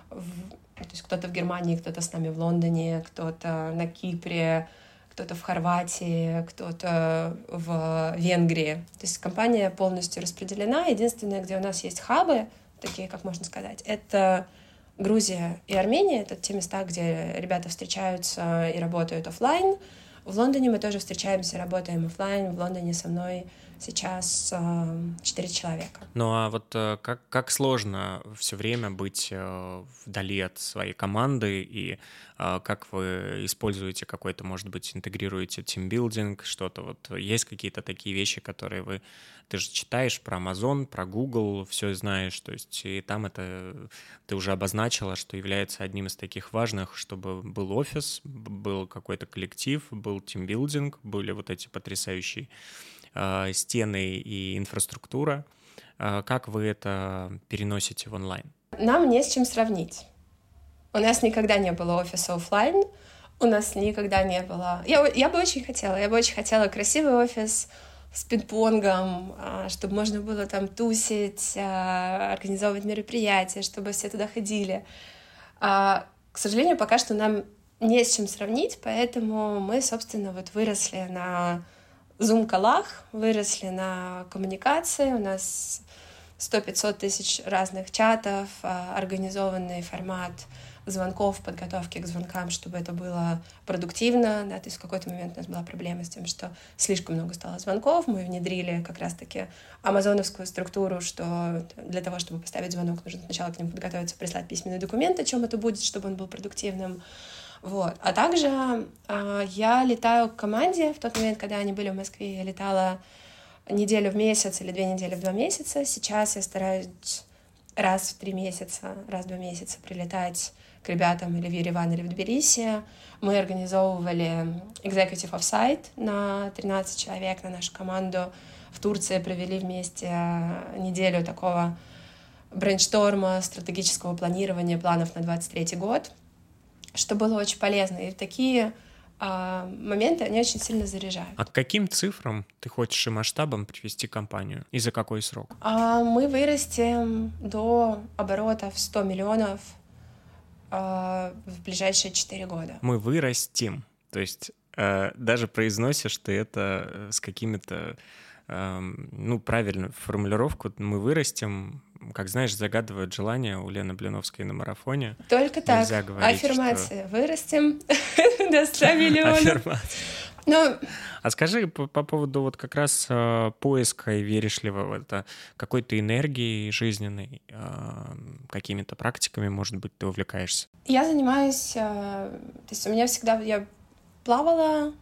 то есть кто-то в Германии, кто-то с нами в Лондоне, кто-то на Кипре, кто-то в Хорватии, кто-то в Венгрии. То есть компания полностью распределена. Единственное, где у нас есть хабы, такие, как можно сказать, это Грузия и Армения. Это те места, где ребята встречаются и работают офлайн. В Лондоне мы тоже встречаемся, работаем офлайн. В Лондоне со мной сейчас 4 человека. Ну а вот как сложно все время быть вдали от своей команды, и как вы используете какой-то, может быть, интегрируете тимбилдинг, что-то вот есть какие-то такие вещи, которые ты же читаешь про Amazon, про Google, все знаешь, то есть и там это ты уже обозначила, что является одним из таких важных, чтобы был офис, был какой-то коллектив, был тимбилдинг, были вот эти потрясающие стены и инфраструктура. Как вы это переносите в онлайн? Нам не с чем сравнить. У нас никогда не было офиса офлайн, у нас никогда не было... Я бы очень хотела красивый офис с пинг-понгом, чтобы можно было там тусить, организовывать мероприятия, чтобы все туда ходили. К сожалению, пока что нам не с чем сравнить, поэтому мы, собственно, вот выросли на Zoom-колах, выросли на коммуникации, у нас 100-500 тысяч разных чатов, организованный формат звонков, подготовки к звонкам, чтобы это было продуктивно, да, то есть в какой-то момент у нас была проблема с тем, что слишком много стало звонков, мы внедрили как раз-таки амазоновскую структуру, что для того, чтобы поставить звонок, нужно сначала к нему подготовиться, прислать письменный документ, о чем это будет, чтобы он был продуктивным. Вот. А также я летаю к команде. В тот момент, когда они были в Москве, я летала неделю в месяц или 2 недели в 2 месяца. Сейчас я стараюсь раз в 3 месяца, раз в 2 месяца прилетать к ребятам или в Ереван, или в Тбилиси. Мы организовывали Executive Offsite на 13 человек на нашу команду. В Турции провели вместе неделю такого брейншторма, стратегического планирования планов на 2023 год, что было очень полезно. И такие моменты, они очень сильно заряжают. А к каким цифрам ты хочешь и масштабам привести компанию? И за какой срок? Мы вырастем до оборотов 100 миллионов в ближайшие 4 года. Мы вырастим. То есть даже произносишь ты это с какими-то правильную формулировку. Мы вырастем, как знаешь, загадывают желание у Лены Блиновской на марафоне. Только так. Аффирмация. Что... Вырастем до 100 миллионов. Аффирмация. А скажи по поводу вот как раз поиска и веришь ли в это какой-то энергией жизненной, какими-то практиками, может быть, ты увлекаешься? Я занимаюсь... То есть у меня всегда... Я плавала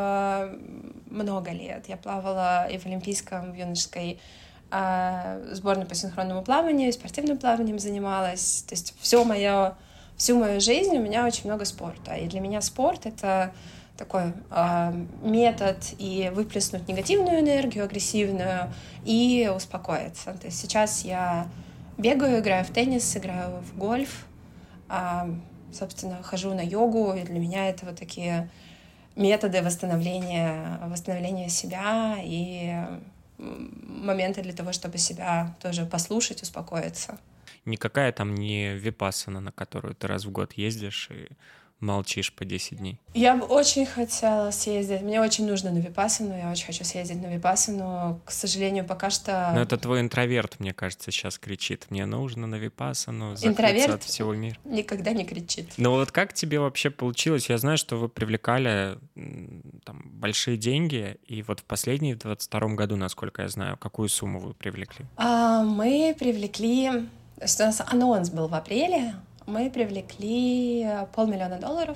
много лет. Я плавала и в олимпийском, в юношеской сборной по синхронному плаванию, спортивным плаванием занималась. То есть всю мою жизнь у меня очень много спорта. И для меня спорт — это такой метод и выплеснуть негативную энергию, агрессивную, и успокоиться. То есть сейчас я бегаю, играю в теннис, играю в гольф, собственно, хожу на йогу, и для меня это вот такие методы восстановления себя и моменты для того, чтобы себя тоже послушать, успокоиться. Никакая там не випассана, на которую ты раз в год ездишь и молчишь по 10 дней? Я бы очень хотела съездить. Мне очень нужно на випассану. Я очень хочу съездить на випассану. К сожалению, пока что... Но это твой интроверт, мне кажется, сейчас кричит. Мне нужно на випассану, закрыться от всего мира. Никогда не кричит. Но вот как тебе вообще получилось? Я знаю, что вы привлекали там большие деньги. И вот в последнем, в 2022 году, насколько я знаю, какую сумму вы привлекли? Мы привлекли... То есть у нас анонс был в апреле. Мы привлекли $500 000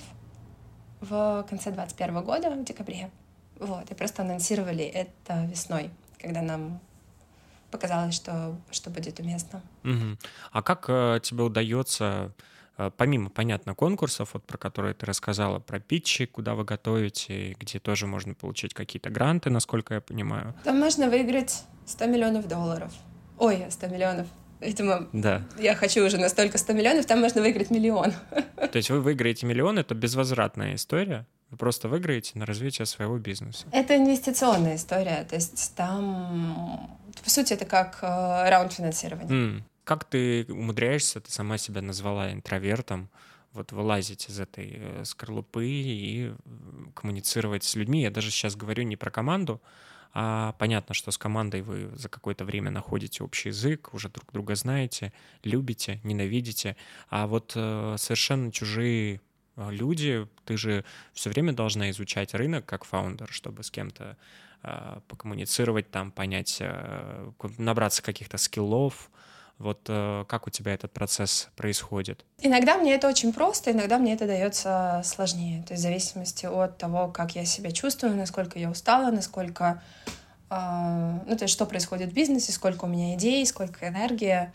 в конце 2021 года, в декабре. Вот, и просто анонсировали это весной, когда нам показалось, что будет уместно. Мгм. А как тебе удается, помимо, понятно, конкурсов, вот про которые ты рассказала, про питчи, куда вы готовите, где тоже можно получить какие-то гранты, насколько я понимаю. Там можно выиграть $100 миллионов. Ой, 100 миллионов. Видимо, Да. я хочу уже настолько 100 миллионов, там можно выиграть 1 миллион. То есть вы выиграете миллион, это безвозвратная история, вы просто выиграете на развитие своего бизнеса. Это инвестиционная история, то есть там, по сути, это как раунд финансирования. Как ты умудряешься, ты сама себя назвала интровертом, вот вылазить из этой скорлупы и коммуницировать с людьми? Я даже сейчас говорю не про команду, а понятно, что с командой вы за какое-то время находите общий язык, уже друг друга знаете, любите, ненавидите, а вот совершенно чужие люди, ты же все время должна изучать рынок как фаундер, чтобы с кем-то покоммуницировать, там, понять, набраться каких-то скиллов. Вот как у тебя этот процесс происходит? Иногда мне это очень просто, иногда мне это дается сложнее. То есть в зависимости от того, как я себя чувствую, насколько я устала, насколько... то есть что происходит в бизнесе, сколько у меня идей, сколько энергии.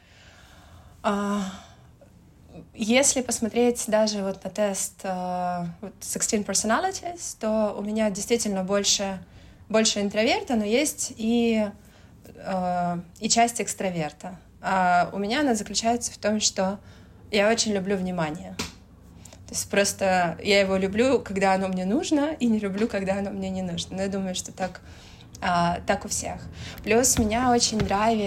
Если посмотреть даже вот на тест 16 Personalities, то у меня действительно больше интроверта, но есть и часть экстраверта. А у меня она заключается в том, что я очень люблю внимание. То есть просто я его люблю, когда оно мне нужно, и не люблю, когда оно мне не нужно. Но я думаю, что так у всех. Плюс меня очень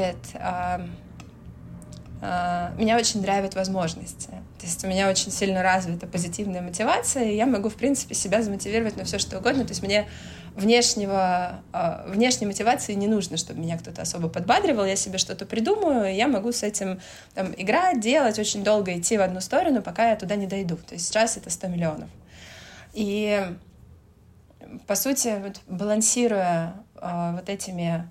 драйвят возможности. То есть у меня очень сильно развита позитивная мотивация, и я могу, в принципе, себя замотивировать на все, что угодно. То есть мне внешней мотивации не нужно, чтобы меня кто-то особо подбадривал. Я себе что-то придумаю, и я могу с этим там, играть, делать, очень долго идти в одну сторону, пока я туда не дойду. То есть сейчас это 100 миллионов. И, по сути, вот, балансируя вот этими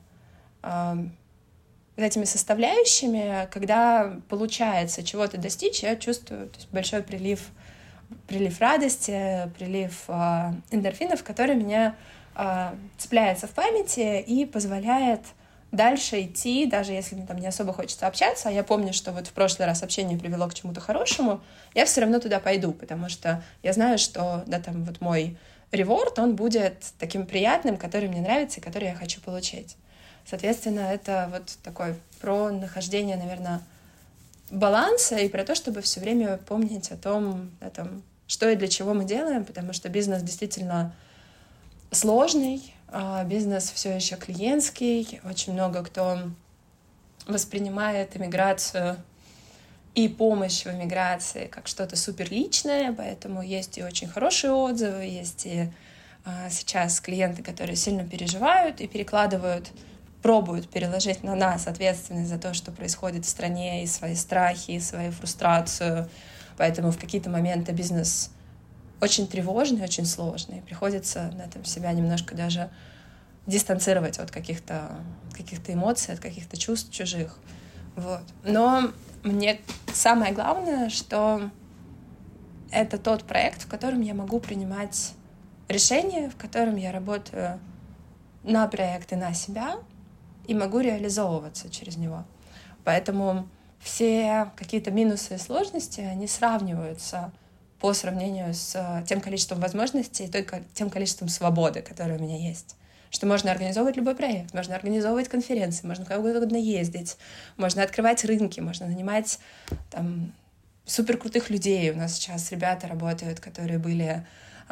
составляющими, когда получается чего-то достичь, я чувствую, то есть, большой прилив радости, прилив эндорфинов, который меня цепляется в памяти и позволяет дальше идти, даже если мне там не особо хочется общаться, а я помню, что вот в прошлый раз общение привело к чему-то хорошему, я все равно туда пойду, потому что я знаю, что да, там вот мой реворд, он будет таким приятным, который мне нравится и который я хочу получить. Соответственно, это вот такой про нахождение, наверное, баланса и про то, чтобы все время помнить о том, да, там, что и для чего мы делаем, потому что бизнес действительно сложный, бизнес все еще клиентский, очень много кто воспринимает иммиграцию и помощь в иммиграции как что-то суперличное, поэтому есть и очень хорошие отзывы, есть и сейчас клиенты, которые сильно переживают и пробуют переложить на нас ответственность за то, что происходит в стране, и свои страхи, и свою фрустрацию. Поэтому в какие-то моменты бизнес очень тревожный, очень сложный. Приходится на этом себя немножко даже дистанцировать от каких-то эмоций, от каких-то чувств чужих. Вот. Но мне самое главное, что это тот проект, в котором я могу принимать решения, в котором я работаю на проект и на себя, и могу реализовываться через него. Поэтому все какие-то минусы и сложности, они сравниваются по сравнению с тем количеством возможностей и тем количеством свободы, которое у меня есть. Что можно организовывать любой проект, можно организовывать конференции, можно куда угодно ездить, можно открывать рынки, можно нанимать там суперкрутых людей. У нас сейчас ребята работают, которые были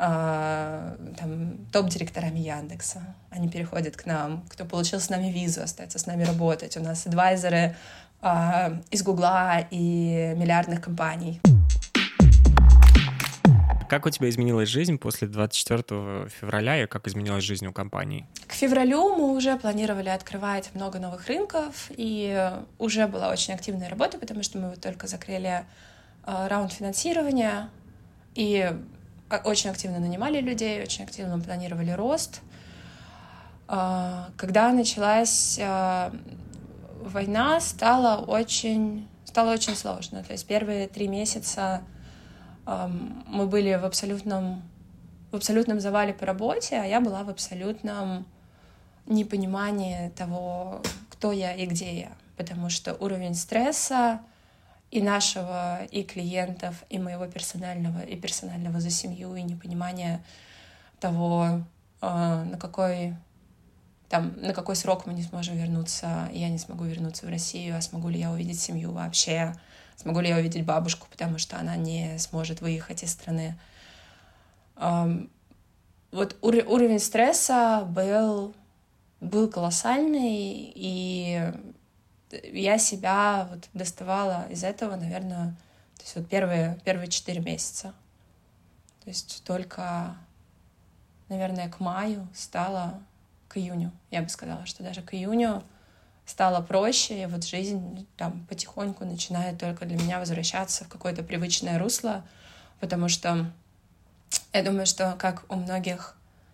там, топ-директорами Яндекса. Они переходят к нам. Кто получил с нами визу, остается с нами работать. У нас адвайзеры из Гугла и миллиардных компаний. Как у тебя изменилась жизнь после 24 февраля и как изменилась жизнь у компании? К февралю мы уже планировали открывать много новых рынков, и уже была очень активная работа, потому что мы вот только закрыли раунд финансирования, и очень активно нанимали людей, очень активно планировали рост. Когда началась война, стало очень сложно. То есть первые 3 месяца мы были в абсолютном завале по работе, а я была в абсолютном непонимании того, кто я и где я. Потому что уровень стресса и нашего, и клиентов, и моего персонального за семью, и непонимание того, на какой срок мы не сможем вернуться, я не смогу вернуться в Россию, а смогу ли я увидеть семью вообще, смогу ли я увидеть бабушку, потому что она не сможет выехать из страны. Вот уровень стресса был колоссальный, и я себя вот доставала из этого, наверное, то есть вот первые 4 месяца. То есть только, наверное, к июню, я бы сказала, что даже к июню стало проще, и вот жизнь там потихоньку начинает только для меня возвращаться в какое-то привычное русло, потому что я думаю, что как у многих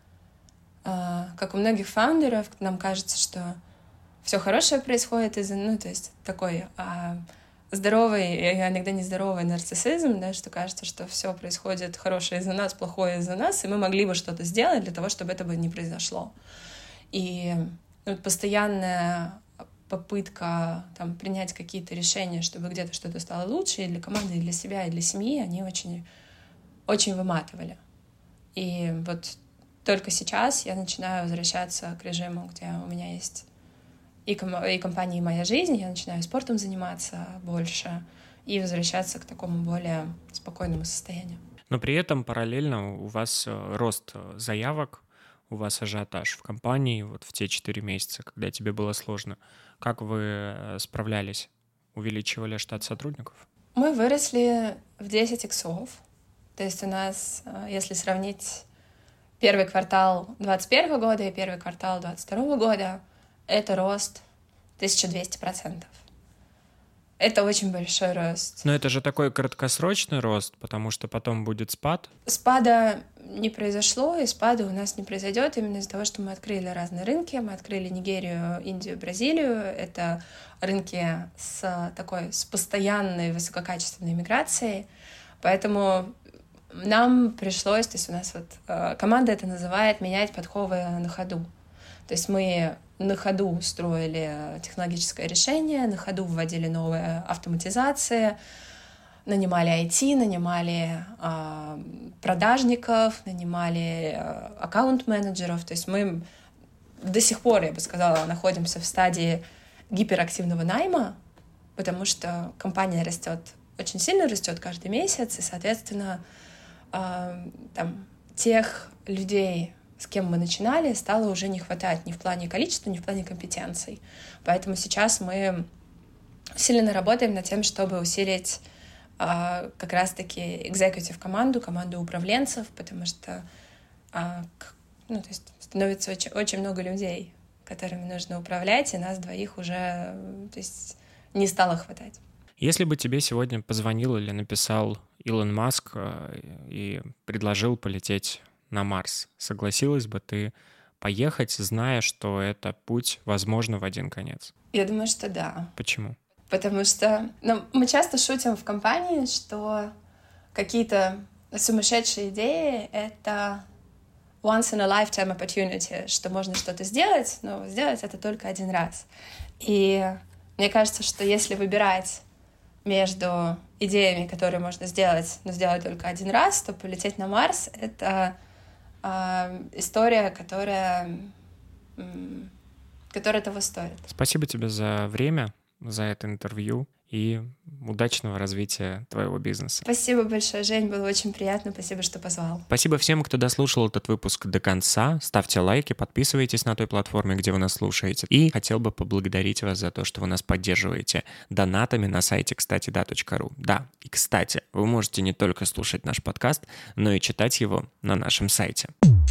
фаундеров, нам кажется, что все хорошее происходит то есть такой здоровый, и иногда нездоровый нарциссизм, да, что кажется, что все происходит хорошее из-за нас, плохое из-за нас, и мы могли бы что-то сделать для того, чтобы этого не произошло. И вот постоянная попытка там принять какие-то решения, чтобы где-то что-то стало лучше и для команды, и для себя, и для семьи, они очень, очень выматывали. И вот только сейчас я начинаю возвращаться к режиму, где у меня есть и компания, и моя жизнь, я начинаю спортом заниматься больше и возвращаться к такому более спокойному состоянию. Но при этом параллельно у вас рост заявок, у вас ажиотаж в компании вот в те 4 месяца, когда тебе было сложно. Как вы справлялись? Увеличивали штат сотрудников? Мы выросли в 10 иксов. То есть у нас, если сравнить первый квартал 2021 года и первый квартал 2022 года, это рост 1200%. Это очень большой рост. Но это же такой краткосрочный рост, потому что потом будет спад. Спада не произошло, и спада у нас не произойдет именно из-за того, что мы открыли разные рынки. Мы открыли Нигерию, Индию, Бразилию. Это рынки с постоянной высококачественной миграцией. Поэтому нам пришлось, то есть у нас команда это называет менять подковы на ходу. То есть мы на ходу строили технологическое решение, на ходу вводили новые автоматизации, нанимали IT, нанимали продажников, нанимали аккаунт-менеджеров. То есть мы до сих пор, я бы сказала, находимся в стадии гиперактивного найма, потому что компания очень сильно растет каждый месяц, и, соответственно, тех людей, с кем мы начинали, стало уже не хватать ни в плане количества, ни в плане компетенций. Поэтому сейчас мы усиленно работаем над тем, чтобы усилить как раз-таки executive команду управленцев, потому что то есть становится очень, очень много людей, которыми нужно управлять, и нас двоих уже не стало хватать. Если бы тебе сегодня позвонил или написал Илон Маск и предложил полететь на Марс, согласилась бы ты поехать, зная, что это путь, возможно, в один конец? Я думаю, что да. Почему? Потому что мы часто шутим в компании, что какие-то сумасшедшие идеи — это once in a lifetime opportunity, что можно что-то сделать, но сделать это только один раз. И мне кажется, что если выбирать между идеями, которые можно сделать, но сделать только один раз, то полететь на Марс — это история, которая того стоит. Спасибо тебе за время, за это интервью и удачного развития твоего бизнеса. Спасибо большое, Жень, было очень приятно, спасибо, что позвал. Спасибо всем, кто дослушал этот выпуск до конца. Ставьте лайки, подписывайтесь на той платформе, где вы нас слушаете. И хотел бы поблагодарить вас за то, что вы нас поддерживаете донатами на сайте кстати.да.ру. Да, и кстати, вы можете не только слушать наш подкаст, но и читать его на нашем сайте.